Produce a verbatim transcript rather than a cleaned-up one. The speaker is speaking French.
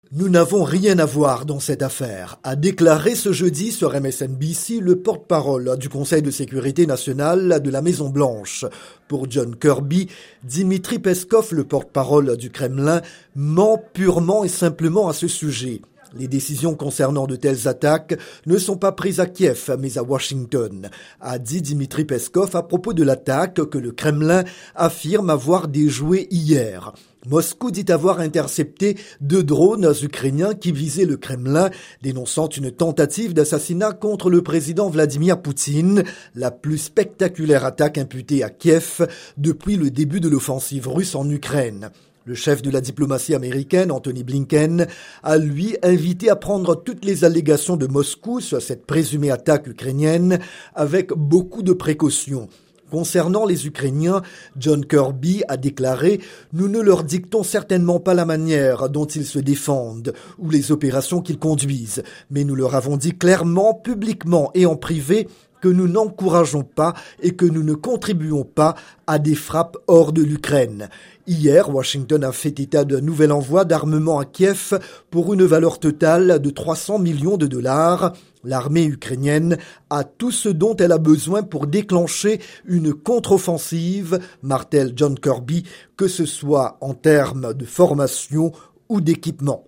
Nous n'avons rien à voir dans cette affaire, a déclaré ce jeudi sur M S N B C le porte-parole du Conseil de sécurité nationale de la Maison-Blanche. Pour John Kirby, Dmitri Peskov, le porte-parole du Kremlin, ment purement et simplement à ce sujet. Les décisions concernant de telles attaques ne sont pas prises à Kiev, mais à Washington, a dit Dmitri Peskov à propos de l'attaque que le Kremlin affirme avoir déjouée hier. Moscou dit avoir intercepté deux drones ukrainiens qui visaient le Kremlin, dénonçant une tentative d'assassinat contre le président Vladimir Poutine, la plus spectaculaire attaque imputée à Kiev depuis le début de l'offensive russe en Ukraine. Le chef de la diplomatie américaine, Antony Blinken, a lui invité à prendre toutes les allégations de Moscou sur cette présumée attaque ukrainienne avec beaucoup de précautions. Concernant les Ukrainiens, John Kirby a déclaré « Nous ne leur dictons certainement pas la manière dont ils se défendent ou les opérations qu'ils conduisent, mais nous leur avons dit clairement, publiquement et en privé que nous n'encourageons pas et que nous ne contribuons pas à des frappes hors de l'Ukraine. » Hier, Washington a fait état d'un nouvel envoi d'armement à Kiev pour une valeur totale de trois cents millions de dollars. L'armée ukrainienne a tout ce dont elle a besoin pour déclencher une contre-offensive, martèle John Kirby, que ce soit en termes de formation ou d'équipement.